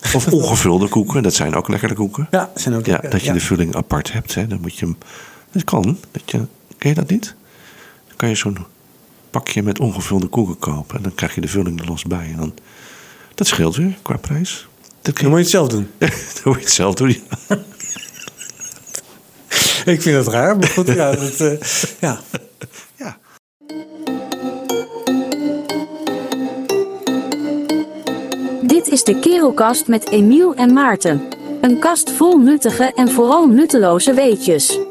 Of ongevulde koeken, dat zijn ook lekkere koeken. Ja, zijn ook lekker. Dat je de vulling apart hebt. Hè. Dan moet je hem... Dat kan. Ken je dat niet? Dan kan je zo'n pakje met ongevulde koeken kopen. En dan krijg je de vulling er los bij. En dan, dat scheelt weer qua prijs. Dan moet je het zelf doen. Dan moet je het zelf doen, ja. Ik vind dat raar, maar goed. Ja. Ja. Dit is de Kerelkast met Emiel en Maarten. Een kast vol nuttige en vooral nutteloze weetjes.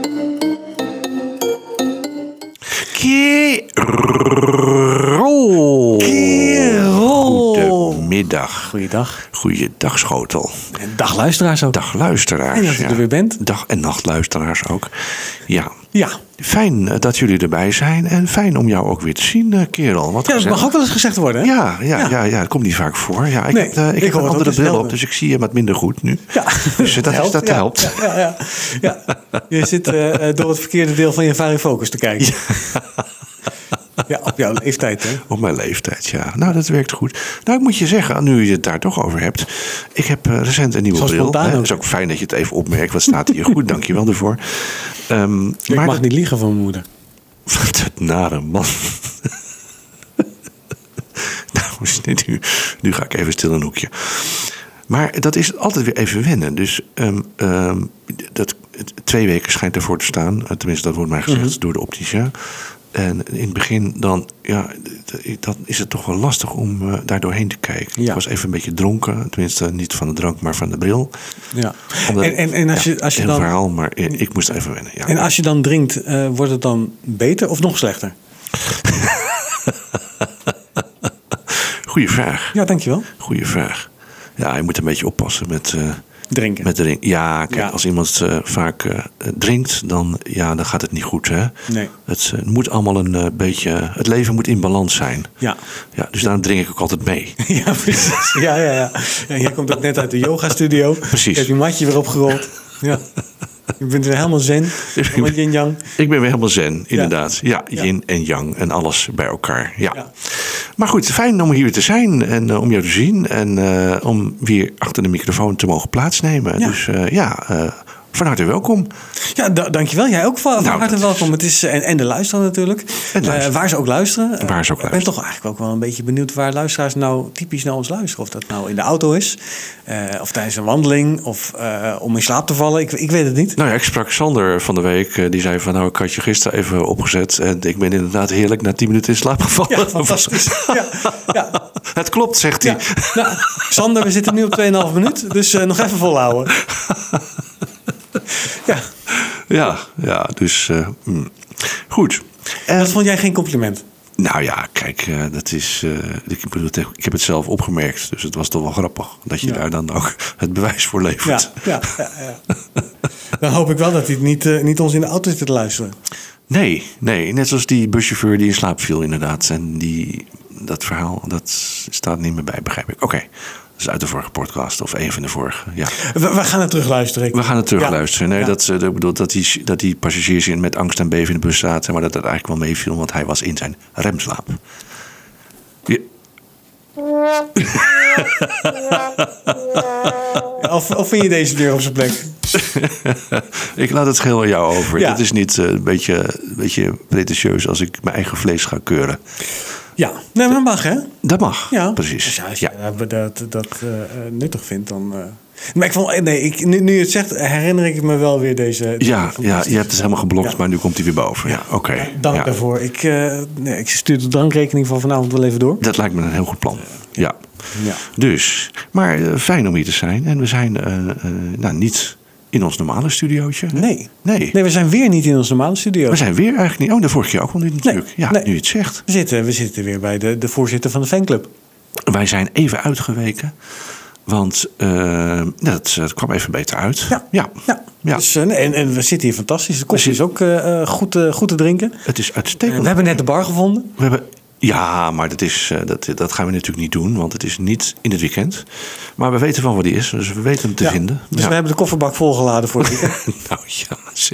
Goedemiddag. Goeiedag, schotel. En dag luisteraars ook. Dag luisteraars. En dat je er weer bent. Dag en nacht luisteraars ook. Ja. Ja. Fijn dat jullie erbij zijn. En fijn om jou ook weer te zien, kerel. Wat dat mag ook wel eens gezegd worden. Hè? Ja, dat komt niet vaak voor. Ja, ik heb een andere bril op, dus ik zie je wat minder goed nu. Ja. Dus dat helpt. Ja. Je zit door het verkeerde deel van je varifocus te kijken. Ja, op jouw leeftijd, hè? Op mijn leeftijd, ja. Nou, dat werkt goed. Nou, ik moet je zeggen, nu je het daar toch over hebt. Ik heb recent een nieuwe bril. Het is ook fijn dat je het even opmerkt. Wat staat hier goed? Dank je wel ervoor. Ik mag niet liegen van mijn moeder. Wat een nare man. Nou, nu ga ik even stil in een hoekje. Maar dat is altijd weer even wennen. Dus 2 weken schijnt ervoor te staan. Tenminste, dat wordt mij gezegd door de opticien. En in het begin dan is het toch wel lastig om daar doorheen te kijken. Ja. Ik was even een beetje dronken. Tenminste, niet van de drank, maar van de bril. Ja. En als je dan... verhaal, maar ik moest even wennen. Ja. En als je dan drinkt, wordt het dan beter of nog slechter? Goeie vraag. Ja, dankjewel. Goeie vraag. Ja, je moet een beetje oppassen met... drinken. Met drinken. Ja, kijk, als iemand vaak drinkt, dan gaat het niet goed. Hè? Nee. Het moet allemaal een beetje... Het leven moet in balans zijn. Ja. Dus daarom drink ik ook altijd mee. Ja, precies. Ja. Jij komt ook net uit de yoga-studio. Precies. Je hebt je matje weer opgerold. Ja. Je bent weer helemaal zen. Helemaal yin-yang. Ik ben weer helemaal zen, inderdaad. Ja, yin en yang en alles bij elkaar. Ja. Maar goed, fijn om hier te zijn en om jou te zien. En om weer achter de microfoon te mogen plaatsnemen. Ja. Dus van harte welkom. Ja, dankjewel. Jij ook van harte welkom. Het is, en de luisteraar natuurlijk. Waar ze ook luisteren. Ik ben toch eigenlijk ook wel een beetje benieuwd waar luisteraars nou typisch naar ons luisteren. Of dat nou in de auto is. Of tijdens een wandeling. Of om in slaap te vallen. Ik weet het niet. Nou ja, ik sprak Sander van de week. Die zei van ik had je gisteren even opgezet. En ik ben inderdaad heerlijk na 10 minuten in slaap gevallen. Ja, fantastisch. Ja. Het klopt, zegt hij. Ja. Nou, Sander, we zitten nu op 2,5 minuut. Dus nog even volhouden. Ja, dus goed. Dat vond jij geen compliment? Nou ja, kijk, dat is... ik heb het zelf opgemerkt, dus het was toch wel grappig dat je daar dan ook het bewijs voor levert. Ja. Dan hoop ik wel dat hij niet ons in de auto zit te luisteren. Nee, net zoals die buschauffeur die in slaap viel inderdaad. En dat verhaal, dat staat niet meer bij, begrijp ik. Oké. Dat is uit de vorige podcast of een van de vorige. Ja. We gaan het terugluisteren. We gaan het terugluisteren. Nee, dat die passagiers met angst en beven in de bus zaten. Maar dat eigenlijk wel meeviel, want hij was in zijn remslaap. Ja. Of vind je deze deur op zijn plek? Ik laat het geheel aan jou over. Ja. Dat is niet een beetje pretentieus als ik mijn eigen vlees ga keuren. Ja, nee, maar dat mag, hè? Dat mag, ja. Precies. Dus als je dat nuttig vindt, dan... Maar ik vond, nu je het zegt, herinner ik me wel weer deze... Ja, je hebt het helemaal geblokt, maar nu komt hij weer boven. Ja, oké. Dank daarvoor. Ik stuur de drankrekening van vanavond wel even door. Dat lijkt me een heel goed plan. Ja. Dus, maar fijn om hier te zijn. En we zijn niet in ons normale studiootje. Nee, we zijn weer niet in ons normale studio. We zijn weer eigenlijk niet... Oh, de vorige keer ook al niet natuurlijk. Nu je het zegt. We zitten weer bij de voorzitter van de fanclub. Wij zijn even uitgeweken. Want dat kwam even beter uit. Ja. Dus, en we zitten hier fantastisch. De koffie is ook goed te drinken. Het is uitstekend. We hebben net de bar gevonden. Ja, maar dat gaan we natuurlijk niet doen. Want het is niet in het weekend. Maar we weten van waar die is. Dus we weten hem te vinden. Dus we hebben de kofferbak volgeladen voor het weekend. Nou ja, zeg.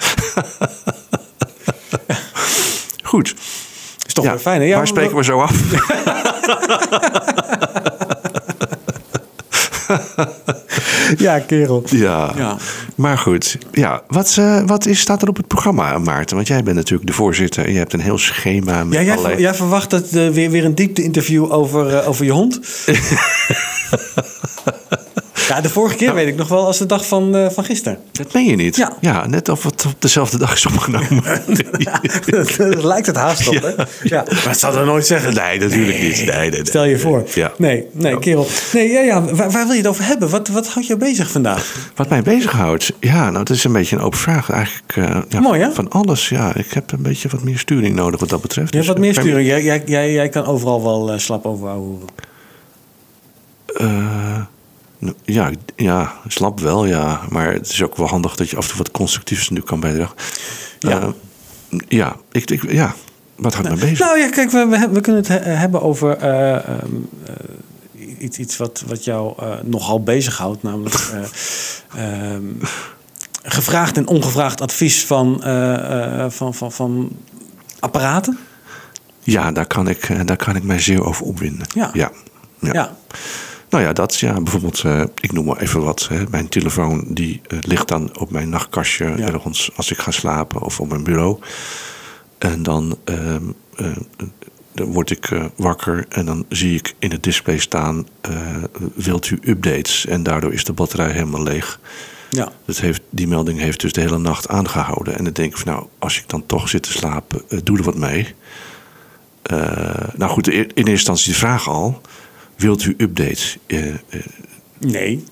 Goed. Is toch wel fijn, hè? Ja, waar spreken we zo af? Ja, kerel. Ja. Maar goed. Ja, wat staat er op het programma, Maarten? Want jij bent natuurlijk de voorzitter en je hebt een heel schema. Met jij verwacht dat weer een diepte-interview over je hond? Ja, de vorige keer weet ik nog wel als de dag van gisteren. Dat meen je niet? Ja, net of het op dezelfde dag is opgenomen. Dat lijkt het haast op, hè? Ja. Maar het zal er nooit zeggen. Nee, natuurlijk niet. Nee. Stel je voor. Ja. Nee, kerel. Nee, waar wil je het over hebben? Wat houdt je bezig vandaag? Wat mij bezighoudt? Ja, nou, het is een beetje een open vraag. Eigenlijk mooi, hè? Van alles, ja. Ik heb een beetje wat meer sturing nodig wat dat betreft. Je hebt wat meer sturing. Jij kan overal wel slap over houden. Ja, slap wel, ja. Maar het is ook wel handig dat je af en toe wat constructiefs nu kan bijdragen. Wat houdt mij bezig? Nou ja, kijk, we kunnen het hebben over iets wat jou nogal bezighoudt. Namelijk gevraagd en ongevraagd advies van apparaten. Ja, daar kan ik mij zeer over opwinden. Ja. Nou ja, bijvoorbeeld, ik noem maar even wat. Mijn telefoon die ligt dan op mijn nachtkastje ergens als ik ga slapen of op mijn bureau. En dan word ik wakker en dan zie ik in het display staan, wilt u updates? En daardoor is de batterij helemaal leeg. Ja. Die melding heeft dus de hele nacht aangehouden. En dan denk ik van nou, als ik dan toch zit te slapen, doe er wat mee. Nou goed, in eerste instantie de vraag al. Wilt u updates? Nee.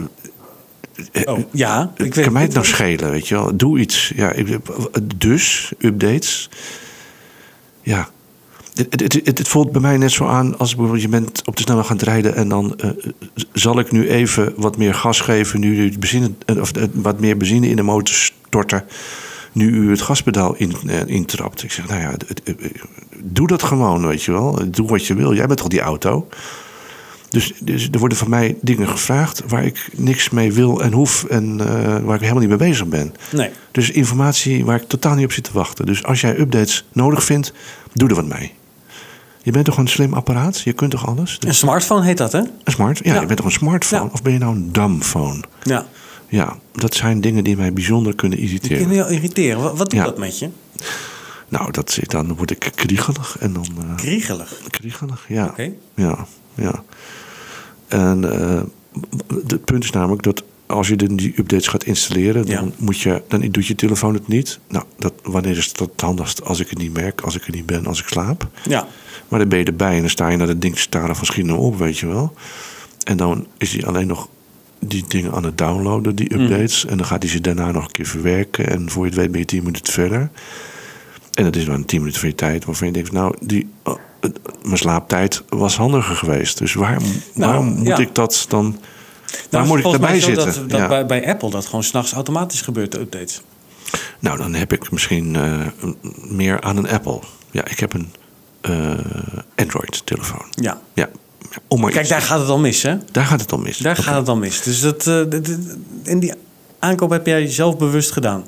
Kan mij het nou schelen, weet je wel? Doe iets. Ja, dus, updates. Ja. Het voelt bij mij net zo aan als bijvoorbeeld je bent op de snelweg gaan rijden en dan zal ik nu even wat meer gas geven, nu wat meer benzine in de motor storten, nu u het gaspedaal intrapt. Ik zeg, nou ja, doe dat gewoon, weet je wel. Doe wat je wil. Jij bent toch die auto? Dus er worden van mij dingen gevraagd waar ik niks mee wil en hoef en waar ik helemaal niet mee bezig ben. Nee. Dus informatie waar ik totaal niet op zit te wachten. Dus als jij updates nodig vindt, doe er wat mee. Je bent toch een slim apparaat? Je kunt toch alles? Dus... Een smartphone heet dat, hè? Een je bent toch een smartphone? Ja. Of ben je nou een dumbphone? Ja. Ja, dat zijn dingen die mij bijzonder kunnen irriteren. Die kunnen je irriteren. Wat doet dat met je? Nou, dan word ik kriegelig. En dan, kriegelig? Kriegelig, ja. Oké. Ja. En het punt is namelijk dat als je die updates gaat installeren, dan doet je telefoon het niet. Nou, wanneer is het het handigst? Als ik het niet merk, als ik er niet ben, als ik slaap. Ja. Maar dan ben je erbij en dan sta je naar dat ding te staren van schiet nou op, weet je wel. En dan is hij alleen nog die dingen aan het downloaden, die updates. En dan gaat hij ze daarna nog een keer verwerken. En voor je het weet ben je 10 minuten verder. En dat is dan 10 minuten van je tijd waarvan je denkt, nou, mijn slaaptijd was handiger geweest. Dus waarom moet ik dat dan... Waar moet ik daarbij zitten? Dat bij Apple dat gewoon 's nachts automatisch gebeurt, de updates. Nou, dan heb ik misschien meer aan een Apple. Ja, ik heb een Android-telefoon. Ja. Kijk, daar gaat het al mis, hè? Daar gaat het al mis. Gaat het al mis. Dus in die aankoop heb jij zelf bewust gedaan.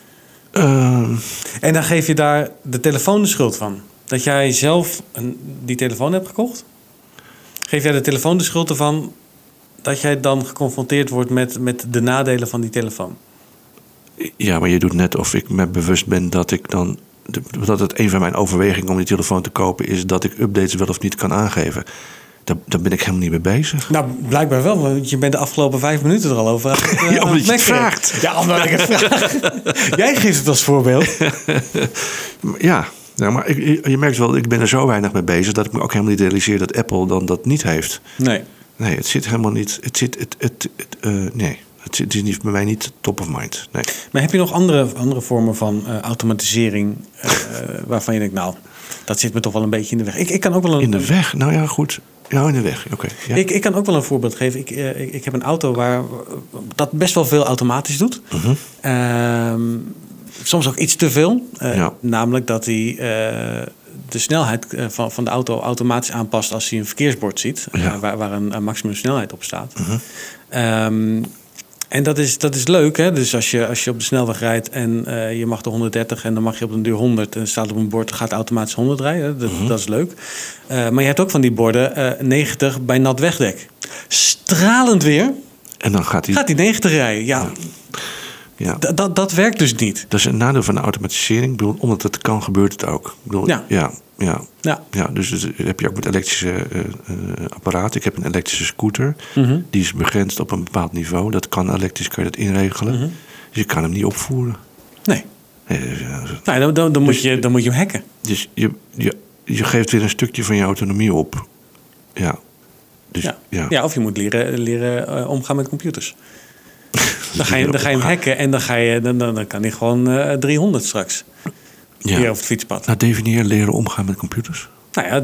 En dan geef je daar de telefoon de schuld van. Dat jij zelf die telefoon hebt gekocht? Geef jij de telefoon de schuld ervan dat jij dan geconfronteerd wordt met de nadelen van die telefoon? Ja, maar je doet net of ik me bewust ben dat ik dan... dat het een van mijn overwegingen om die telefoon te kopen is dat ik updates wel of niet kan aangeven. Daar ben ik helemaal niet mee bezig. Nou, blijkbaar wel, want je bent de afgelopen 5 minuten er al over. Omdat je het vraagt. Ja, omdat ik het vraag. Jij geeft het als voorbeeld. Ja, maar je merkt wel, ik ben er zo weinig mee bezig dat ik me ook helemaal niet realiseer dat Apple dan dat niet heeft. Nee, het zit helemaal niet. Het is niet bij mij niet top of mind. Nee. Maar heb je nog andere vormen van automatisering waarvan je denkt, nou, dat zit me toch wel een beetje in de weg. Ik kan ook wel in de weg? Nou ja, goed. Ja, in de weg. Oké. Ja. Ik kan ook wel een voorbeeld geven. Ik heb een auto waar dat best wel veel automatisch doet. Soms ook iets te veel. Namelijk dat hij de snelheid van de auto automatisch aanpast als hij een verkeersbord ziet. Waar een maximum snelheid op staat. En dat is leuk, hè? Dus als je op de snelweg rijdt en je mag de 130 en dan mag je op een duur 100 en staat op een bord, gaat automatisch 100 rijden. Dat is leuk. Maar je hebt ook van die borden 90 bij nat wegdek. Stralend weer. En dan gaat hij 90 rijden, Ja. Dat werkt dus niet. Dat is een nadeel van de automatisering. Ik bedoel, omdat het kan, gebeurt het ook. Ik bedoel, ja, dus heb je ook met elektrische apparaten. Ik heb een elektrische scooter. Mm-hmm. Die is begrensd op een bepaald niveau. Dat kan elektrisch, kan je dat inregelen. Mm-hmm. Dus je kan hem niet opvoeren. Nee. Dan moet je hem hacken. Dus je geeft weer een stukje van je autonomie op. Ja. Dus, ja, of je moet leren omgaan met computers. Dan ga je hem hacken en dan kan hij gewoon 300 straks. Hier over het fietspad. Nou, definieer leren omgaan met computers. Nou ja,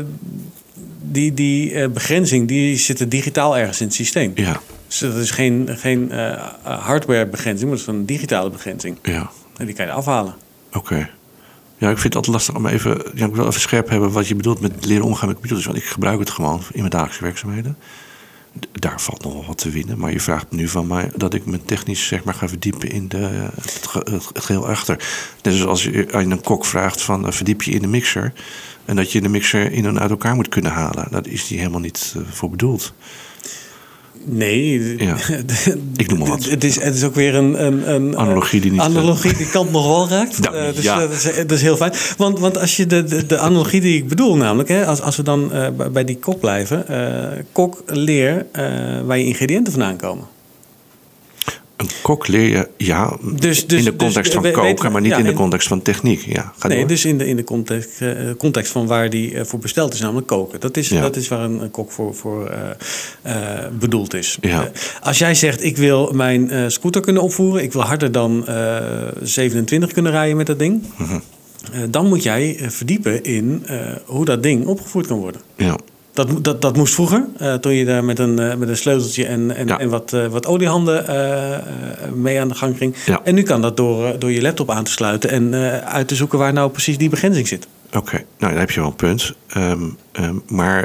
die begrenzing die zit digitaal ergens in het systeem. Ja. Dus dat is geen hardwarebegrenzing, maar dat is een digitale begrenzing. Ja. En die kan je afhalen. Oké. Ja, ik vind het altijd lastig om ik wil even scherp hebben wat je bedoelt met leren omgaan met computers. Want ik gebruik het gewoon in mijn dagelijkse werkzaamheden. Daar valt nog wel wat te winnen. Maar je vraagt nu van mij dat ik me technisch ga verdiepen in het geheel achter. Net zoals als je aan een kok vraagt van verdiep je in de mixer. En dat je de mixer in en uit elkaar moet kunnen halen. Daar is die helemaal niet voor bedoeld. Nee, ik noem maar wat. Het is ook weer een analogie die niet die kant nog wel raakt. Dat is heel fijn. Want als je de analogie die ik bedoel, namelijk, als we dan bij die kok blijven, kok leer waar je ingrediënten vandaan komen. Een kok leer je, dus in de context van koken, maar niet in de context van techniek. Ja, door. Dus in de context van waar die voor besteld is, namelijk koken. Dat is waar een kok voor bedoeld is. Ja. Als jij zegt, ik wil mijn scooter kunnen opvoeren, ik wil harder dan 27 kunnen rijden met dat ding, dan moet jij verdiepen in hoe dat ding opgevoerd kan worden. Ja. Dat moest vroeger, toen je daar met een sleuteltje en wat oliehanden mee aan de gang ging. Ja. En nu kan dat door je laptop aan te sluiten en uit te zoeken waar nou precies die begrenzing zit. Oké, nou dan heb je wel een punt. Maar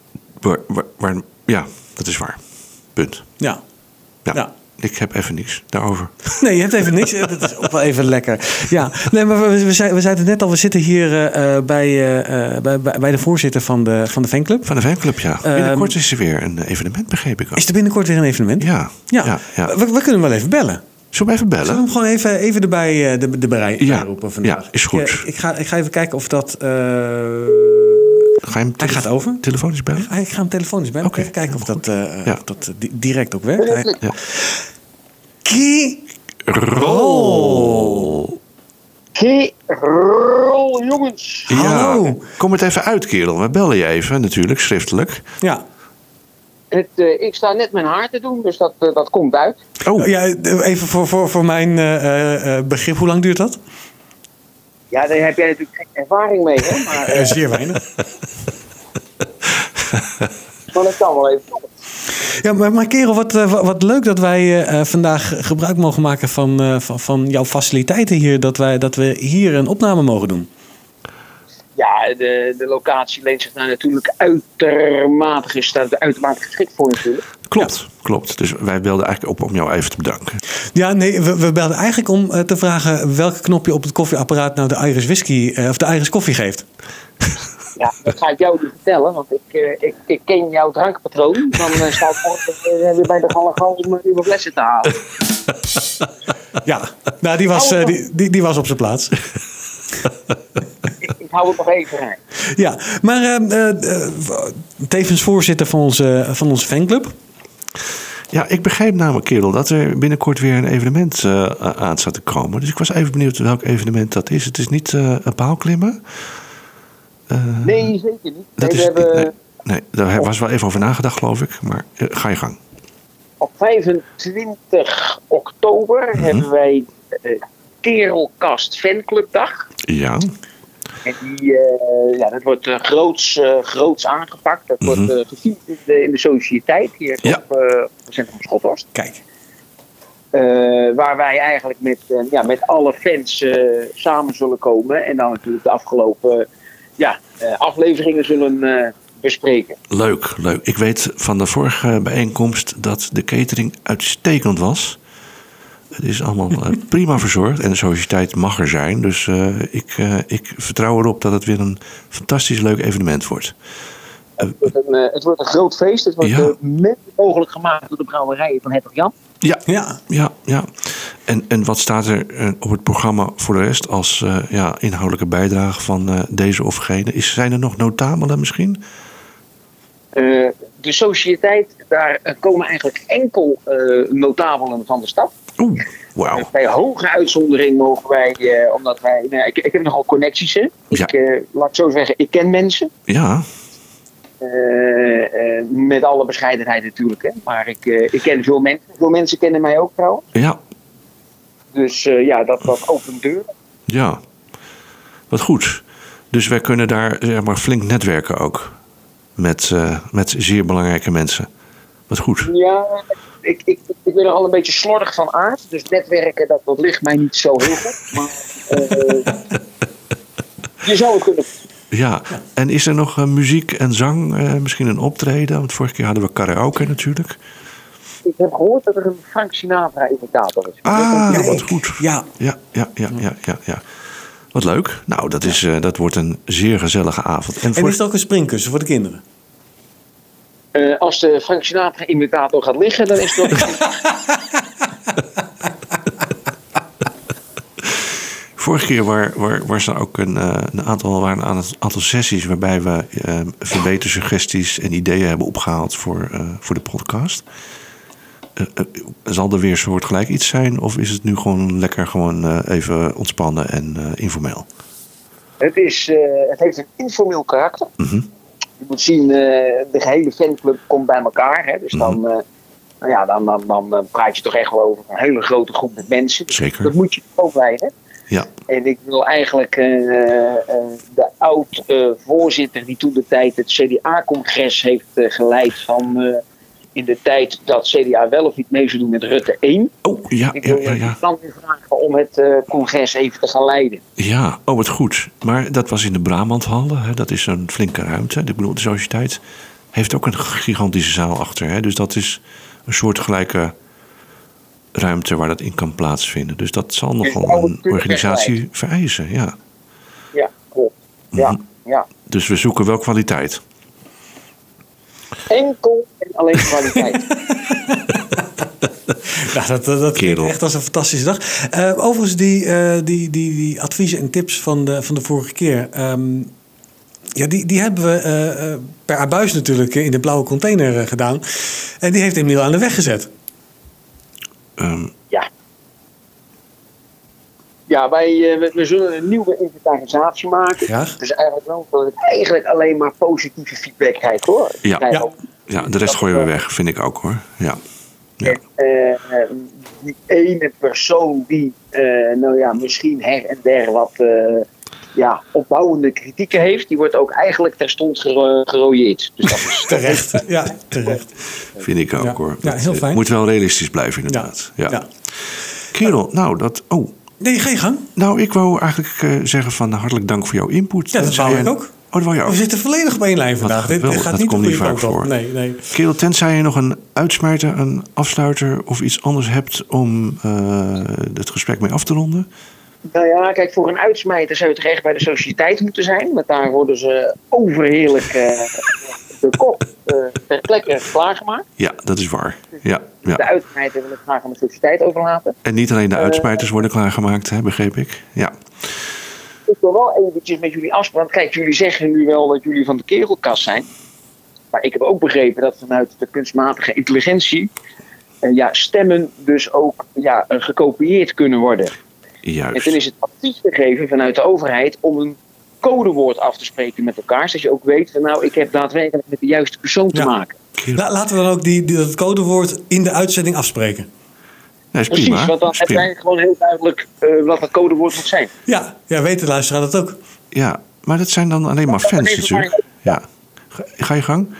dat is waar. Punt. Ja. Ik heb even niks daarover. Nee, je hebt even niks. Dat is ook wel even lekker. Ja, nee, maar we zeiden het net al. We zitten hier bij de voorzitter van de fanclub. Van de fanclub, ja. Binnenkort is er weer een evenement, begreep ik ook. Is er binnenkort weer een evenement? Ja. We kunnen hem wel even bellen. Zullen we even bellen? Zullen we hem gewoon even erbij roepen vandaag? Ja, is goed. Ik ga even kijken of dat... Hij gaat over. Telefonisch bellen? Ik ga hem telefonisch bellen. Okay. Even kijken of dat direct ook werkt. Kirol, jongens. Ja, hallo. Kom het even uit, kerel. We bellen je even, natuurlijk, schriftelijk. Ja. Ik sta net mijn haar te doen, dus dat komt uit. Oh. Ja, even voor mijn begrip, hoe lang duurt dat? Ja, daar heb jij natuurlijk geen ervaring mee, hè? Maar, zeer weinig. Maar dat kan wel even. Ja, maar kerel, wat leuk dat wij vandaag gebruik mogen maken van jouw faciliteiten hier. Dat we hier een opname mogen doen. Ja, de locatie leent zich daar natuurlijk uitermate geschikt voor natuurlijk. Klopt. Dus wij belden eigenlijk op om jou even te bedanken. Ja, nee, we belden eigenlijk om te vragen welke knop je op het koffieapparaat nou de Irish whisky of de Irish koffie geeft. Ja, dat ga ik jou niet vertellen, want ik ken jouw drankpatroon. Dan sta ik morgen weer bij de Gallegal om uw flessen te halen. Ja, nou die was op zijn plaats. Ik hou het nog even rein. Ja, maar tevens voorzitter van onze fanclub. Ja, ik begreep namelijk, kerel, dat er binnenkort weer een evenement aan staat te komen. Dus ik was even benieuwd welk evenement dat is. Het is niet een paalklimmen? Nee, zeker niet. Daar was wel even over nagedacht, geloof ik. Maar ga je gang. Op 25 oktober hebben wij Kerelkast Fanclubdag. Ja. En dat wordt groots aangepakt. Dat wordt gevierd in de sociëteit hier op het centrum Schothorst. Kijk. Waar wij eigenlijk met alle fans samen zullen komen. En dan natuurlijk de afgelopen afleveringen zullen bespreken. Leuk. Ik weet van de vorige bijeenkomst dat de catering uitstekend was. Het is allemaal prima verzorgd en de sociëteit mag er zijn. Dus ik vertrouw erop dat het weer een fantastisch leuk evenement wordt. Het wordt een groot feest. Het wordt mede mogelijk gemaakt door de brouwerijen van Hertog Jan. Ja. En wat staat er op het programma voor de rest als inhoudelijke bijdrage van deze of gene? Zijn er nog notabelen misschien? De sociëteit, daar komen eigenlijk enkel notabelen van de stad. Oeh, wauw. Bij hoge uitzondering mogen wij, omdat wij... Ik heb nogal connecties, hè. Laat ik zo zeggen, ik ken mensen. Ja. Met alle bescheidenheid natuurlijk, hè. Maar ik ken veel mensen. Veel mensen kennen mij ook trouwens. Ja. Dus dat opent deuren. Ja, wat goed. Dus wij kunnen daar flink netwerken ook. Met zeer belangrijke mensen. Wat goed. Ja, ik ben er al een beetje slordig van aard. Dus netwerken, dat ligt mij niet zo heel goed. Maar je zou het kunnen. Ja, en is er nog muziek en zang? Misschien een optreden? Want vorige keer hadden we karaoke natuurlijk. Ik heb gehoord dat er een Frank Sinatra-imitator is. Wat goed. Ja. Wat leuk. Nou, dat wordt een zeer gezellige avond. En is het ook een springkussen voor de kinderen? Als de Frank Sinatra-imitator gaat liggen, dan is het nog... Vorige keer was er ook een aantal sessies waarbij we verbetersuggesties en ideeën hebben opgehaald voor de podcast. Zal er weer soortgelijk iets zijn of is het nu gewoon lekker even ontspannen en informeel? Het heeft een informeel karakter. Mm-hmm. Je moet zien, de gehele fanclub komt bij elkaar. Hè? Dus dan praat je toch echt wel over een hele grote groep met mensen. Zeker. Dat moet je ook leiden. Ja. En ik wil eigenlijk de oud-voorzitter die toen de tijd het CDA-congres heeft geleid van in de tijd dat CDA wel of niet mee zou doen met Rutte 1. Oh, ja. Ik wil je dan weer vragen om het congres even te gaan leiden. Ja, wat goed. Maar dat was in de Brabanthallen. Hè? Dat is een flinke ruimte. Ik bedoel, de sociëteit heeft ook een gigantische zaal achter. Hè? Dus dat is een soortgelijke ruimte waar dat in kan plaatsvinden. Dus dat zal nogal een organisatie vereisen, ja. Ja, klopt. Ja. Dus we zoeken wel kwaliteit. Enkel en alleen kwaliteit. Dat klinkt echt als een fantastische dag. Overigens, die adviezen en tips van de vorige keer... die hebben we per abuis natuurlijk in de blauwe container gedaan. En die heeft Emiel aan de weg gezet. Ja, we zullen een nieuwe inventarisatie maken. Ja. Het is eigenlijk wel dat ik eigenlijk alleen maar positieve feedback krijg, hoor. Ja, de rest gooien we weg, vind ik ook, hoor. Ja. Die ene persoon die misschien her en der wat opbouwende kritieken heeft, die wordt ook eigenlijk terstond gerooieerd. Dus dat is terecht. Ja, terecht. Vind ik ook, hoor. Ja, heel fijn. Moet wel realistisch blijven, inderdaad. Ja. Kerel, nou, dat... Oh. Nee, ga je gang. Nou, ik wou eigenlijk zeggen van hartelijk dank voor jouw input. Ja, dat wou ik ook. Dat wou je ook. We zitten volledig op één lijn vandaag. Dit gaat dat niet komt niet vaak voor. Nee. Kerel, tenzij je nog een uitsmijter, een afsluiter of iets anders hebt om het gesprek mee af te ronden? Nou ja, kijk, voor een uitsmijter zou je toch echt bij de sociëteit moeten zijn. Want daar worden ze overheerlijk de kop ter plekke klaargemaakt. Ja, dat is waar. Ja. De uitsmijter wil ik graag aan de sociëteit overlaten. En niet alleen de uitsmijters worden klaargemaakt, hè, begreep ik. Ja. Ik wil wel eventjes met jullie afspreken. Kijk, jullie zeggen nu wel dat jullie van de kerelkast zijn. Maar ik heb ook begrepen dat vanuit de kunstmatige intelligentie stemmen dus ook gekopieerd kunnen worden. Juist. En toen is het advies gegeven vanuit de overheid om een codewoord af te spreken met elkaar. Zodat je ook weet van ik heb daadwerkelijk met de juiste persoon te maken. Laten we dan ook dat codewoord in de uitzending afspreken. Ja, is precies, prima. Want dan heb jij gewoon heel duidelijk wat dat codewoord moet zijn. Ja, weet de luisteraar dat ook. Ja, maar dat zijn dan alleen maar fans natuurlijk. Ja. Ga je gang.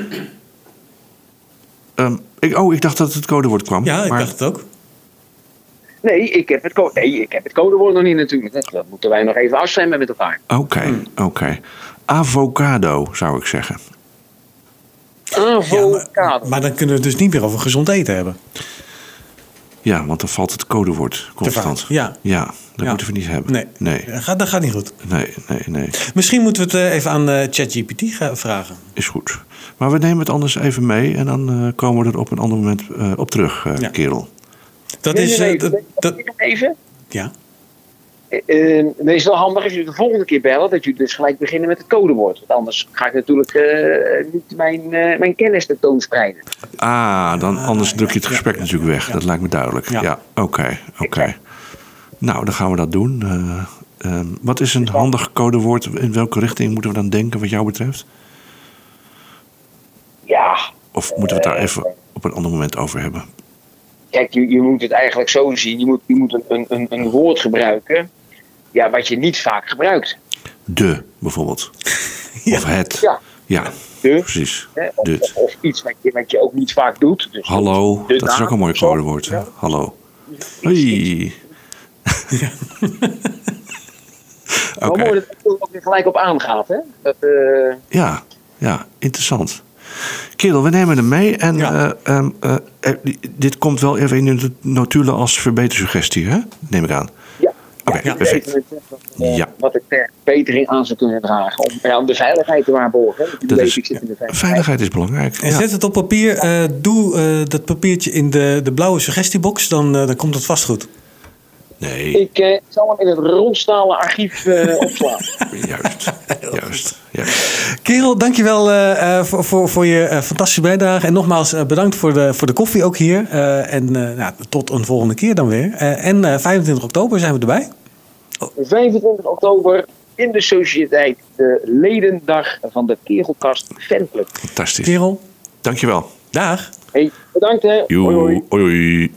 Ik dacht dat het codewoord kwam. Ja, ik dacht het ook. Nee, ik heb het codewoord nog niet natuurlijk. Dat moeten wij nog even afstemmen met elkaar. Oké. Avocado, zou ik zeggen. Avocado. Maar dan kunnen we het dus niet meer over gezond eten hebben. Ja, want dan valt het codewoord constant. Ja, dat moeten we niet hebben. Nee. Dat gaat niet goed. Nee. Misschien moeten we het even aan ChatGPT vragen. Is goed. Maar we nemen het anders even mee en dan komen we er op een ander moment op terug, kerel. Dat is... Even? Ja. Het is wel handig als jullie de volgende keer bellen, dat jullie dus gelijk beginnen met het codewoord. Want anders ga ik natuurlijk niet mijn kennis tentoonspreiden. Anders druk je het gesprek natuurlijk weg. Dat lijkt me duidelijk. Ja, oké. Nou, dan gaan we dat doen. Wat is een handig codewoord? In welke richting moeten we dan denken wat jou betreft? Ja. Of moeten we het daar even op een ander moment over hebben? Kijk, je moet het eigenlijk zo zien. Je moet een woord gebruiken wat je niet vaak gebruikt. De, bijvoorbeeld. Of het. Ja. De. Precies. Of iets wat je ook niet vaak doet. Dus hallo, dat is ook een mooi codewoord. Ja. Hallo. Hoi. Ja. Okay. Mooi dat het ook weer gelijk op aangaat, hè? Ja, interessant. Kerel, we nemen hem mee. En dit komt wel even in de notulen als verbetersuggestie, hè? Neem ik aan. Ja. Oké, perfect. Wat ik ter verbetering aan zou kunnen dragen. Om de veiligheid te waarborgen. Veiligheid is belangrijk. En zet het op papier. Doe dat papiertje in de blauwe suggestiebox. Dan komt het vast goed. Nee. Ik zal hem in het rondstalen archief opslaan. Juist. Kerel, dankjewel voor je fantastische bijdrage. En nogmaals bedankt voor de koffie ook hier. Tot een volgende keer dan weer. En 25 oktober zijn we erbij. 25 oktober in de sociëteit. De ledendag van de Kegelkast Fanclub. Fantastisch. Kerel. Dankjewel. Dag. Hey, bedankt hè. Hoi.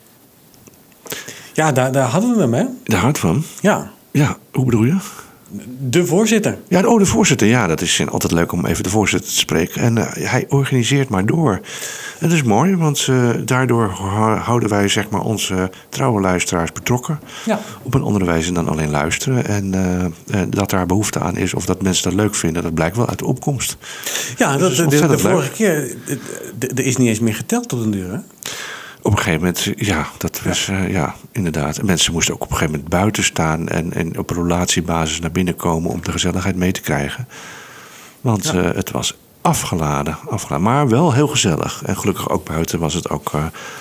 Ja, daar hadden we hem, hè? Daar hadden we hem? Ja, hoe bedoel je? De voorzitter. Ja, de voorzitter. Ja, dat is altijd leuk om even de voorzitter te spreken. En hij organiseert maar door. En dat is mooi, want daardoor houden wij zeg maar onze trouwe luisteraars betrokken. Ja. Op een andere wijze dan alleen luisteren. En dat daar behoefte aan is of dat mensen dat leuk vinden, dat blijkt wel uit de opkomst. Ja, dus de vorige keer, er is niet eens meer geteld op de deur, hè? Op een gegeven moment, dat was inderdaad. Mensen moesten ook op een gegeven moment buiten staan en op relatiebasis naar binnen komen om de gezelligheid mee te krijgen. Want het was afgeladen. Maar wel heel gezellig. En gelukkig ook buiten was het ook.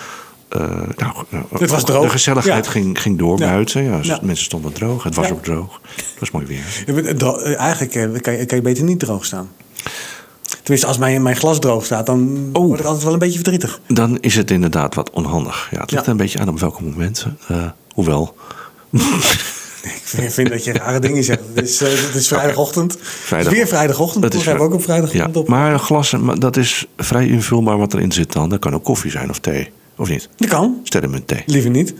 Het was droog. De gezelligheid ging door buiten. Ja, mensen stonden droog. Het was ook droog. Het was mooi weer. Eigenlijk kan je beter niet droog staan. Tenminste, als mijn glas droog staat, dan word ik altijd wel een beetje verdrietig. Dan is het inderdaad wat onhandig. Ja, het ligt er een beetje aan op welke momenten. Hoewel. Ik vind dat je rare dingen zegt. Het is vrijdagochtend. Het is weer vrijdagochtend. We hebben ook op vrijdagochtend op. Maar een glas, dat is vrij invulbaar wat erin zit dan. Dat kan ook koffie zijn of thee. Of niet? Dat kan. Sterrenmunt thee. Liever niet.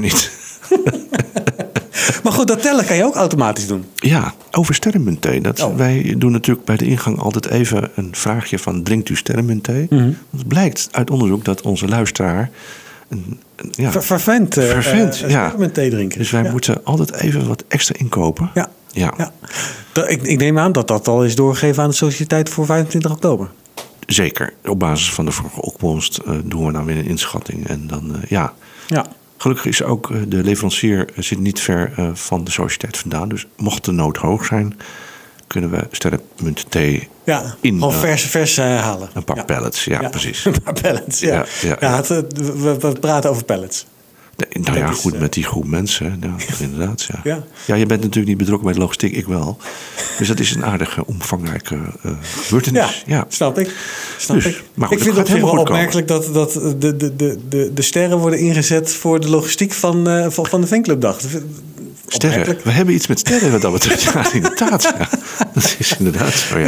Maar goed, dat tellen kan je ook automatisch doen. Ja, over sterrenmuntthee. Wij doen natuurlijk bij de ingang altijd even een vraagje van: drinkt u sterrenmuntthee? Mm-hmm. Want het blijkt uit onderzoek dat onze luisteraar vervent sterrenmuntthee drinken. Dus wij moeten altijd even wat extra inkopen. Ja. Ik neem aan dat al is doorgegeven aan de Sociëteit voor 25 oktober. Zeker. Op basis van de vorige opkomst doen we dan weer een inschatting. En dan, ja. Gelukkig is ook de leverancier zit niet ver van de sociëteit vandaan. Dus mocht de nood hoog zijn, kunnen we sterrenmunt thee in. Gewoon vers halen. Een paar pallets, precies. Een paar pallets, we praten over pallets. Goed, met die groep mensen, inderdaad. Ja, je bent natuurlijk niet betrokken bij de logistiek, ik wel. Dus dat is een aardige, omvangrijke gebeurtenis. Ja. Snap ik. Maar goed, ik vind het wel opmerkelijk dat de sterren worden ingezet voor de logistiek van de fanclubdag. Sterren? We hebben iets met sterren wat dat betreft. Ja, inderdaad. Ja. Dat is inderdaad zo,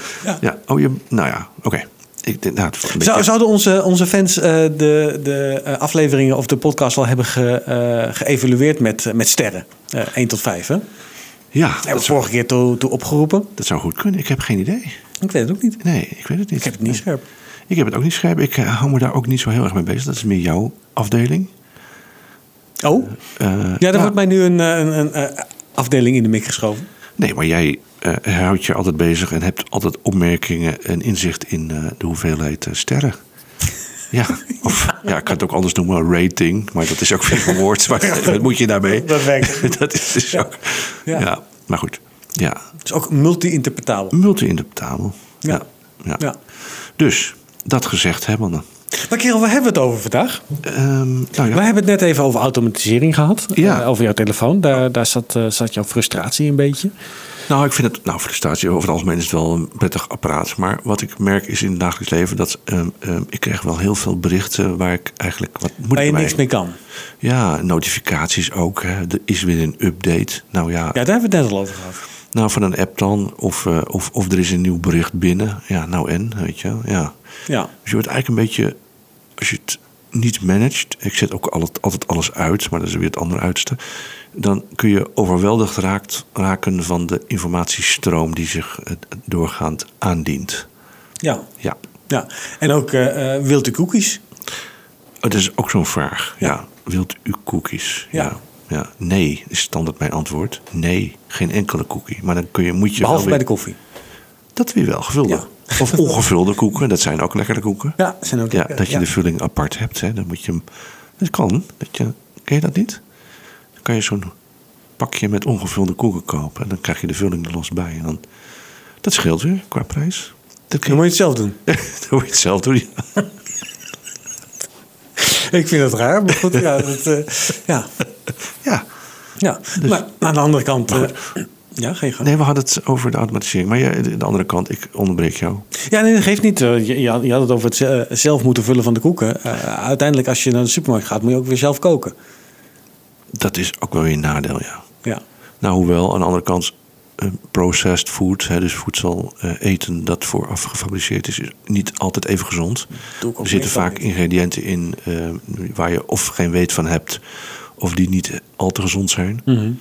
oké. Zouden onze fans de afleveringen of de podcast al hebben geëvalueerd met sterren? 1 tot 5, hè? Ja. Hebben we vorige keer toe opgeroepen? Dat zou goed kunnen. Ik heb geen idee. Ik weet het ook niet. Nee, ik weet het niet. Ik heb het niet scherp. Ik heb het ook niet scherp. Ik hou me daar ook niet zo heel erg mee bezig. Dat is meer jouw afdeling. Oh? Daar wordt mij nu een afdeling in de mik geschoven. Nee, maar jij houdt je altijd bezig en hebt altijd opmerkingen en inzicht in de hoeveelheid sterren. Ja, ik kan het ook anders noemen, rating. Maar dat is ook weer een woord. Maar wat moet je daarmee? Dat werkt. Dat is dus ook... Ja, maar goed. Ja. Het is ook multi-interpretabel. Multi-interpretabel. Ja. Dus, dat gezegd hebbende. Maar Kerel, waar hebben we het over vandaag? We hebben het net even over automatisering gehad. Over jouw telefoon. Daar zat jouw frustratie een beetje. Nou, ik vind het... frustratie over het algemeen is het wel een prettig apparaat. Maar wat ik merk is in het dagelijks leven... dat ik krijg wel heel veel berichten waar ik eigenlijk... Waar je niks mee kan. Ja, notificaties ook. Hè. Er is weer een update. Nou ja... Ja, daar hebben we het net al over gehad. Nou, van een app dan. Of er is een nieuw bericht binnen. Ja, nou en, weet je. Ja. Dus je wordt eigenlijk een beetje... Als je het niet managt... Ik zet ook altijd alles uit, maar dat is weer het andere uiterste... dan kun je overweldigd raken van de informatiestroom... die zich doorgaand aandient. Ja. En ook, wilt u cookies? Dat is ook zo'n vraag. Ja. Wilt u cookies? Ja. Nee, is standaard mijn antwoord. Nee, geen enkele cookie. Maar dan moet je behalve bij de koffie? Dat weer wel, gevulde. Ja. Of ongevulde koeken, dat zijn ook lekkere koeken. Ja, zijn ook lekker. Dat je de vulling apart hebt. Hè. Dan moet je hem... Dat kan. Ken je dat niet? Dan kan je zo'n pakje met ongevulde koeken kopen. En dan krijg je de vulling er los bij. En dan, dat scheelt weer qua prijs. Dan moet je het zelf doen. Dan moet je het zelf doen, ja. Ik vind het raar, maar goed. Dus, maar aan de andere kant... ga je gang. Nee, we hadden het over de automatisering. Maar de andere kant, ik onderbreek jou. Ja, nee, dat geeft niet. Je had het over het zelf moeten vullen van de koeken. Uiteindelijk, als je naar de supermarkt gaat, moet je ook weer zelf koken. Dat is ook wel weer een nadeel, ja. Nou, hoewel, aan de andere kant... processed food, dus voedsel eten dat vooraf gefabriceerd is niet altijd even gezond. Er zitten vaak ingrediënten in waar je of geen weet van hebt... of die niet al te gezond zijn. Mm-hmm.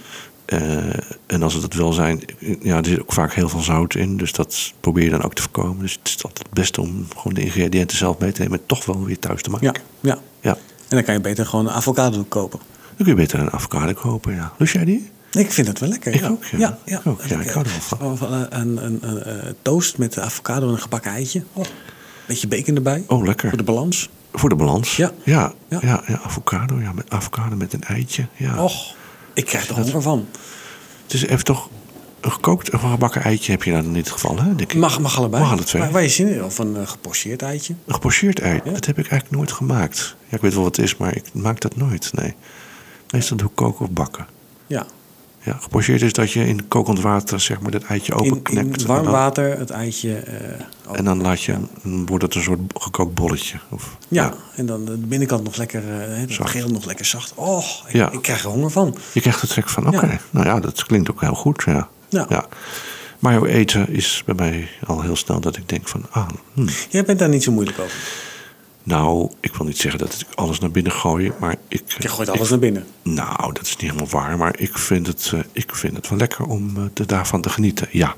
En als het dat wel zijn... er zit ook vaak heel veel zout in. Dus dat probeer je dan ook te voorkomen. Dus het is altijd het beste om gewoon de ingrediënten zelf mee te nemen... en toch wel weer thuis te maken. Ja. En dan kan je beter gewoon een avocado kopen. Dan kun je beter een avocado kopen, ja. Lust jij die? Ik vind het wel lekker. Ik ook, ja. Ik hou er wel van. Een toast met avocado en een gebakken eitje. Beetje bacon erbij. Oh, lekker. Voor de balans. Voor de balans? Ja, avocado. Ja, met avocado met een eitje. Ja. Och, ik krijg er honger van. Het is even toch een gekookt of een gebakken eitje heb je dan in dit geval, hè? Denk ik. Mag allebei. Mag alle twee. Maar waar je zin in? Of een gepocheerd eitje? Een gepocheerd ei? Ja. Dat heb ik eigenlijk nooit gemaakt. Ja, ik weet wel wat het is, maar ik maak dat nooit, nee. Meestal doe ik koken of bakken. Ja. Ja, gepocheerd is dat je in kokend water zeg maar dat eitje openknipt. In warm water het eitje en dan wordt het een soort gekookt bolletje. En dan de binnenkant nog lekker, het geel nog lekker zacht. Oh, ik krijg er honger van. Je krijgt er trek van, oké. Nou ja, dat klinkt ook heel goed, ja. Maar jouw eten is bij mij al heel snel dat ik denk van... Jij bent daar niet zo moeilijk over. Nou, ik wil niet zeggen dat ik alles naar binnen gooi, maar Je gooit alles naar binnen. Nou, dat is niet helemaal waar, maar ik vind het wel lekker om daarvan te genieten, ja.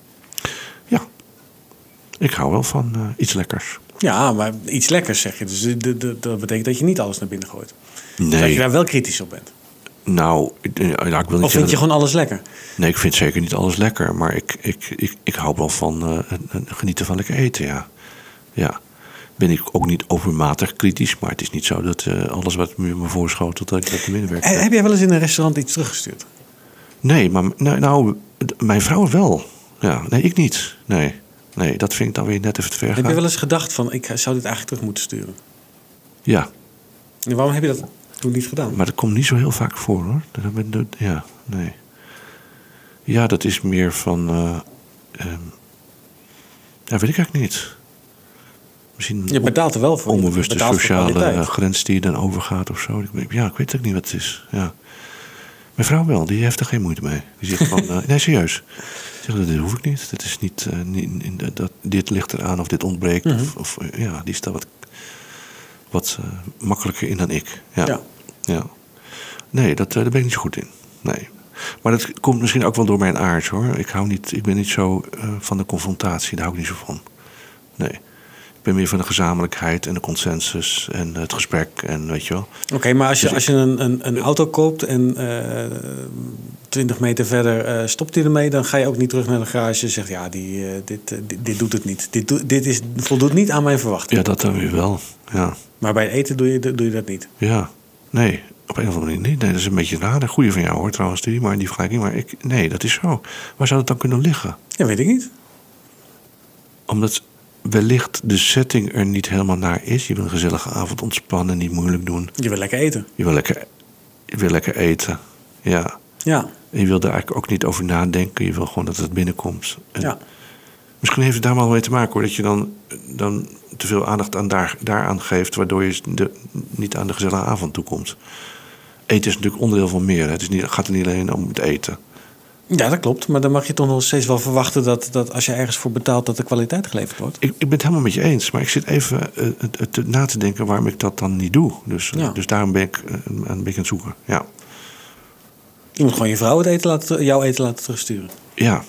Ja, ik hou wel van iets lekkers. Ja, maar iets lekkers zeg je, dus dat betekent dat je niet alles naar binnen gooit. Nee. Dat je daar wel kritisch op bent. Nou, ik wil niet of vind je gewoon alles lekker? Nee, ik vind zeker niet alles lekker, maar ik hou wel van genieten van lekker eten, ja. Ben ik ook niet overmatig kritisch, maar het is niet zo dat alles wat me voorschotelt dat ik dat te binnen werk. Heb jij wel eens in een restaurant iets teruggestuurd? Nee, maar mijn vrouw wel. Ja, nee, ik niet. Nee, dat vind ik dan weer net even te ver gaan. Heb je wel eens gedacht van, ik zou dit eigenlijk terug moeten sturen? Ja. En waarom heb je dat toen niet gedaan? Maar dat komt niet zo heel vaak voor, hoor. Nee. Ja, dat is meer van... weet ik eigenlijk niet. Misschien je betaalt er wel voor. Onbewuste sociale grens die je dan overgaat of zo. Ja, ik weet ook niet wat het is. Ja. Mijn vrouw wel, die heeft er geen moeite mee. Die zegt van, nee, serieus. Die zegt, dat hoef ik niet. Dat is niet, dit ligt eraan of dit ontbreekt. Mm-hmm. Die is daar wat makkelijker in dan ik. Ja. Nee, daar ben ik niet zo goed in. Nee. Maar dat komt misschien ook wel door mijn aard, hoor. Ik ben niet zo van de confrontatie. Daar hou ik niet zo van. Nee. Ik ben meer van de gezamenlijkheid en de consensus en het gesprek en weet je wel. Oké, maar als je een auto koopt en 20 meter verder stopt hij ermee. Dan ga je ook niet terug naar de garage en zegt... ja, dit doet het niet. Dit voldoet niet aan mijn verwachting. Ja, dat dan weer wel. Ja. Maar bij het eten doe je dat niet. Ja, nee. Op een of andere manier niet. Nee, dat is een beetje raar. Een goeie van jou hoor, trouwens, die vergelijking. Maar nee, dat is zo. Waar zou dat dan kunnen liggen? Ja, weet ik niet. Omdat wellicht de setting er niet helemaal naar is. Je wil een gezellige avond ontspannen, niet moeilijk doen. Je wil lekker eten. Je wil lekker eten, ja. Ja. En je wil daar eigenlijk ook niet over nadenken. Je wil gewoon dat het binnenkomt. En ja. Misschien heeft het daar wel mee te maken hoor. Dat je dan te veel aandacht daaraan geeft. Waardoor je niet aan de gezellige avond toekomt. Eten is natuurlijk onderdeel van meer. Het gaat er niet alleen om het eten. Ja, dat klopt. Maar dan mag je toch nog steeds wel verwachten... dat als je ergens voor betaalt... dat de kwaliteit geleverd wordt. Ik ben het helemaal met je eens. Maar ik zit even na te denken waarom ik dat dan niet doe. Dus daarom ben ik aan het zoeken. Ja. Je moet gewoon je vrouw jouw eten laten terugsturen. Ja.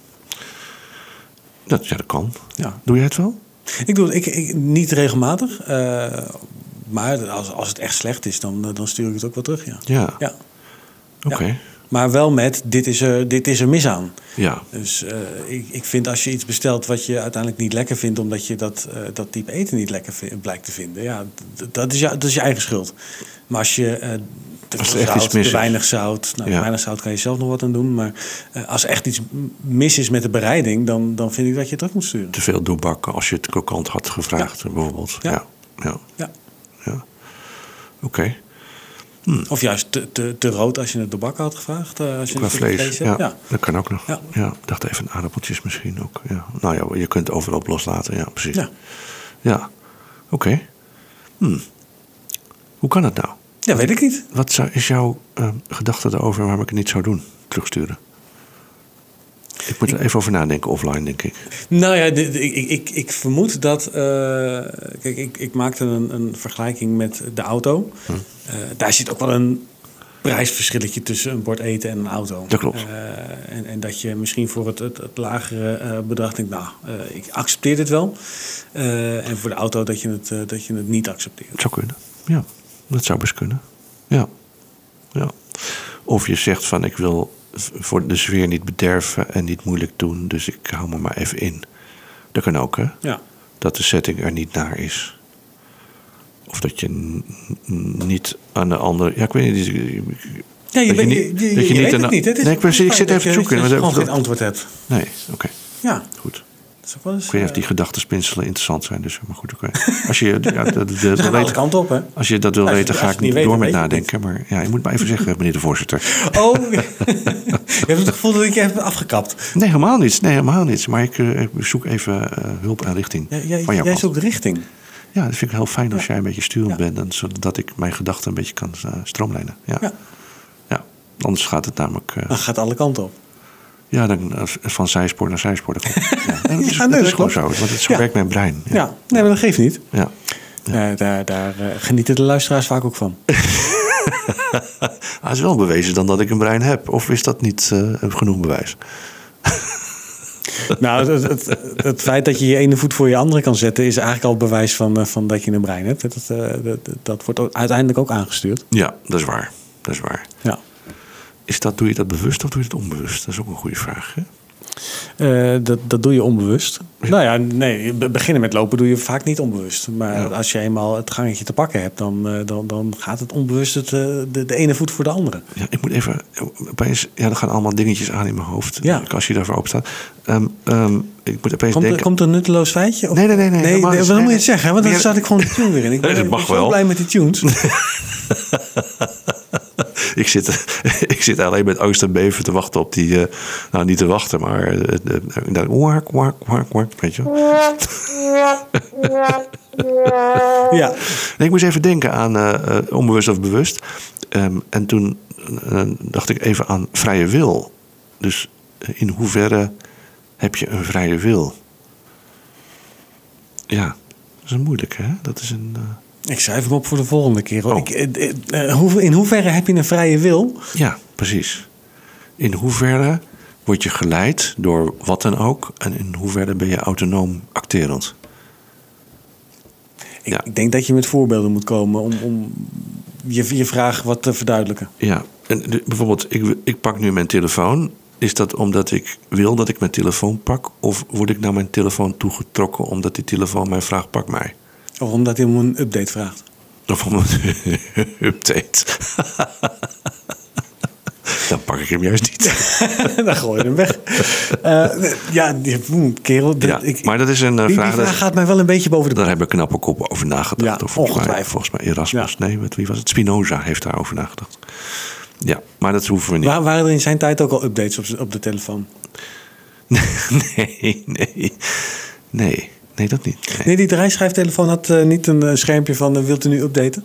Dat kan. Ja. Doe jij het wel? Ik doe het niet regelmatig. Maar als het echt slecht is, dan stuur ik het ook wel terug. Ja. Oké. Ja. Maar wel met, dit is er mis aan. Ja. Dus ik vind als je iets bestelt wat je uiteindelijk niet lekker vindt... omdat je dat type eten niet lekker blijkt te vinden... ja, dat is je eigen schuld. Maar als je te veel zout, te weinig zout... weinig zout kan je zelf nog wat aan doen... maar als er echt iets mis is met de bereiding... dan vind ik dat je het terug moet sturen. Te veel doorbakken als je het krokant had gevraagd, bijvoorbeeld. Ja. Oké. Of juist te rood als je het doorbakken had gevraagd. Als je qua vlees hebt. Ja, dat kan ook nog. Ja. Ik dacht even aardappeltjes misschien ook. Ja. Nou ja, je kunt het overal op loslaten. Ja, precies. Ja. Oké. Hoe kan het nou? Ja, weet ik niet. Wat is jouw gedachte daarover waarom ik het niet zou doen? Terugsturen. Ik moet er even over nadenken offline, denk ik. Nou ja, ik vermoed dat... kijk, ik maakte een vergelijking met de auto. Daar zit ook wel een prijsverschilletje tussen een bord eten en een auto. Dat klopt. En dat je misschien voor het lagere bedrag denkt... ik accepteer dit wel. En voor de auto dat je het niet accepteert. Het zou kunnen, ja. Dat zou best kunnen, ja. Of je zegt van ik wil... voor de sfeer niet bederven en niet moeilijk doen. Dus ik hou me maar even in. Dat kan ook, hè? Ja. Dat de setting er niet naar is. Of dat je niet aan de andere... Ja, ik weet niet... Je weet het niet. Ik zit even te zoeken. Dat je gewoon geen antwoord hebt. Nee, oké. Ja. Goed. Ik weet niet of die gedachtenspinselen interessant zijn. Dus, maar goed, oké. Als je alle kanten op, hè? Als je dat wil weten, ga ik niet door met nadenken. Maar ja, je moet maar even zeggen, meneer de voorzitter. Oh, je hebt het gevoel dat ik je heb afgekapt. Nee, helemaal niet. Maar ik zoek even hulp en richting van jouw kant. Jij zoekt richting? Ja, dat vind ik heel fijn als jij een beetje sturend bent. Zodat ik mijn gedachten een beetje kan stroomlijnen. Ja. Anders gaat het namelijk... Dan gaat alle kanten op. Ja, dan van zijspoor naar zijspoor. Dat is gewoon zo. Want zo werkt mijn brein. Ja, nee, maar dat geeft niet. Ja. Daar genieten de luisteraars vaak ook van. Het is wel bewezen dan dat ik een brein heb. Of is dat niet genoeg bewijs? Nou, het feit dat je je ene voet voor je andere kan zetten... is eigenlijk al bewijs van dat je een brein hebt. Dat wordt uiteindelijk ook aangestuurd. Ja, dat is waar. Ja. Doe je dat bewust of doe je het onbewust? Dat is ook een goede vraag, hè? Dat doe je onbewust. Ja. Nou ja, nee, beginnen met lopen doe je vaak niet onbewust. Maar als je eenmaal het gangetje te pakken hebt... dan gaat het onbewust de ene voet voor de andere. Ja, ik moet even... Opeens, er gaan allemaal dingetjes aan in mijn hoofd. Ja. Als je daarvoor open staat. Ik moet opeens denken... Komt er een nutteloos feitje? Of? Nee. Dan moet je het zeggen, want dan zat ik gewoon de tune weer in. Ik ben zo blij met die tunes. Ik zit alleen met angst en beven te wachten op die... niet te wachten, maar... weet je wel. Ja. Nee, ik moest even denken aan onbewust of bewust. En toen dacht ik even aan vrije wil. Dus in hoeverre heb je een vrije wil? Ja, dat is een moeilijke, hè? Dat is een... Ik schrijf hem op voor de volgende keer. In hoeverre heb je een vrije wil? Ja, precies. In hoeverre word je geleid door wat dan ook... en in hoeverre ben je autonoom acterend? Ik denk dat je met voorbeelden moet komen... om je vraag wat te verduidelijken. Ja, bijvoorbeeld, ik pak nu mijn telefoon. Is dat omdat ik wil dat ik mijn telefoon pak? Of word ik naar mijn telefoon toegetrokken omdat die telefoon mij vraagt, pak mij? Of omdat hij om een update vraagt? Of om een update. Dan pak ik hem juist niet. Dan gooi je hem weg. Kerel. Maar dat is een vraag. Die vraag gaat mij wel een beetje boven de... Daar hebben knappe koppen over nagedacht. Ja, ongetwijfeld. Volgens mij Erasmus. Ja. Nee, wie was het? Spinoza heeft daarover nagedacht. Ja, maar dat hoeven we niet. Waren er in zijn tijd ook al updates op de telefoon? Nee, dat niet. Nee, die draaischijftelefoon had niet een schermpje van wilt u nu updaten?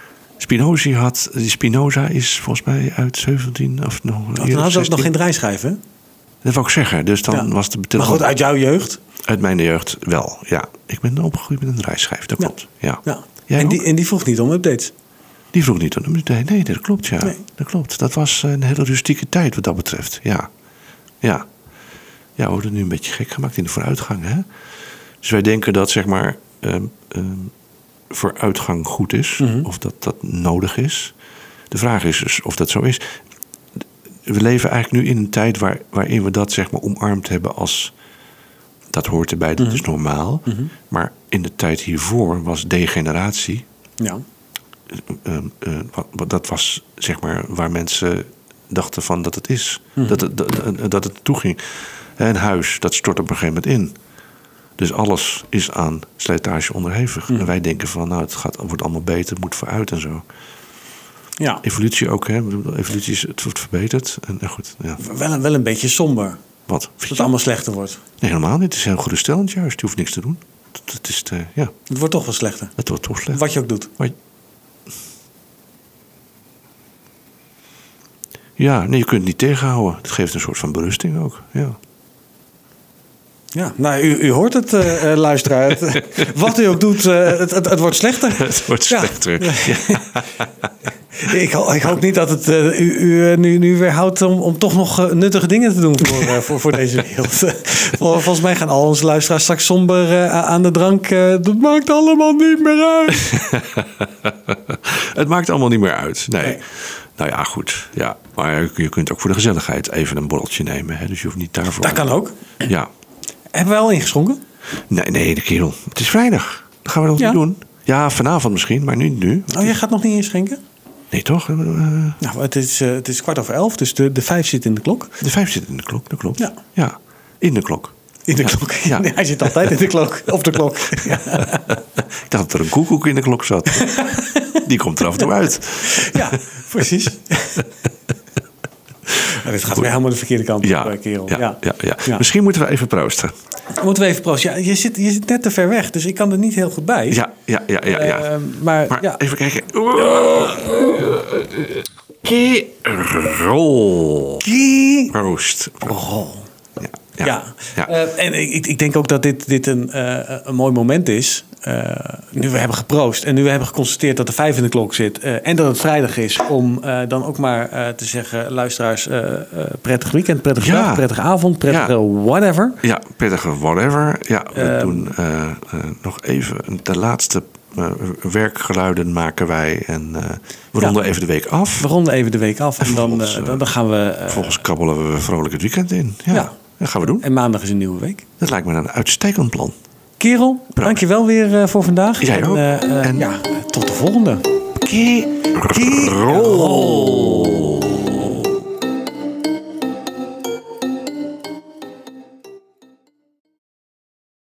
Spinoza is volgens mij uit 17 of nog. Dan had ze ook nog geen draaischijf, hè? Dat wou ik zeggen. Dus dan was de telefoon. Maar goed, uit jouw jeugd? Uit mijn jeugd wel, ja. Ik ben opgegroeid met een draaischijf, dat klopt. Ja. En die vroeg niet om updates? Die vroeg niet om updates. Nee, dat klopt, ja. Nee. Dat klopt. Dat was een hele rustieke tijd wat dat betreft, ja. Ja, we worden nu een beetje gek gemaakt in de vooruitgang, hè. Dus wij denken dat, zeg maar, vooruitgang goed is. Mm-hmm. Of dat nodig is. De vraag is dus of dat zo is. We leven eigenlijk nu in een tijd waarin we dat, zeg maar, omarmd hebben als... Dat hoort erbij, dat is normaal. Mm-hmm. Maar in de tijd hiervoor was degeneratie... Ja. Dat was, zeg maar, waar mensen dachten van dat het is. Mm-hmm. Dat het toe ging. Een huis, dat stort op een gegeven moment in. Dus alles is aan slijtage onderhevig. Mm. En wij denken van, nou, het wordt allemaal beter, het moet vooruit en zo. Ja. Evolutie ook, hè. Evolutie het wordt verbeterd. En goed, ja. Wel een beetje somber. Wat? Dat het allemaal slechter wordt. Nee, helemaal niet. Het is heel geruststellend juist. Je hoeft niks te doen. Het wordt toch wel slechter. Het wordt toch slechter. Wat je ook doet. Ja, nee, je kunt het niet tegenhouden. Het geeft een soort van berusting ook, ja. Ja, nou, u hoort het, luisteraar. Wat u ook doet, het wordt slechter. Het wordt slechter, ja. Ik hoop niet dat het u nu weerhoudt om toch nog nuttige dingen te doen voor deze wereld. Volgens mij gaan al onze luisteraars straks somber aan de drank. Dat maakt allemaal niet meer uit. Het maakt allemaal niet meer uit, nee. Nou ja, goed. Ja. Maar je kunt ook voor de gezelligheid even een borreltje nemen. Hè? Dus je hoeft niet daarvoor... Dat kan ook. Ja. Hebben we al ingeschonken? Nee, de kerel. Het is vrijdag. Dat gaan we nog niet doen. Ja, vanavond misschien, maar nu. Oh, jij gaat nog niet inschenken? Nee, toch? Nou, het is 11:15, dus de 5 zit in de klok. De 5 zit in de klok, dat klopt. Ja. In de klok. In de klok. Ja. Nee, hij zit altijd in de klok. Op de klok. Ja. Ik dacht dat er een koekoek in de klok zat. Die komt er af en toe uit. Ja, precies. Dit gaat weer helemaal de verkeerde kant op, kerel. Ja. Misschien moeten we even proosten. Moeten we even proosten. Ja, je zit net te ver weg, dus ik kan er niet heel goed bij. Ja. Maar even kijken. Kerel. Proost. Ja. En ik denk ook dat dit een mooi moment is. Nu we hebben geproost en nu we hebben geconstateerd dat de 5 in de klok zit en dat het vrijdag is, om dan ook maar te zeggen, luisteraars, prettig weekend, prettige dag, prettige avond, prettige whatever. Ja, prettige whatever. Ja, we doen nog even de laatste werkgeluiden maken wij en we ronden even de week af. We ronden even de week af en dan gaan we... Vervolgens kabbelen we vrolijk het weekend in. Ja. Dat gaan we doen. En maandag is een nieuwe week. Dat lijkt me een uitstekend plan. Kerel, dankjewel weer voor vandaag. Jij ook. En tot de volgende. Kerel.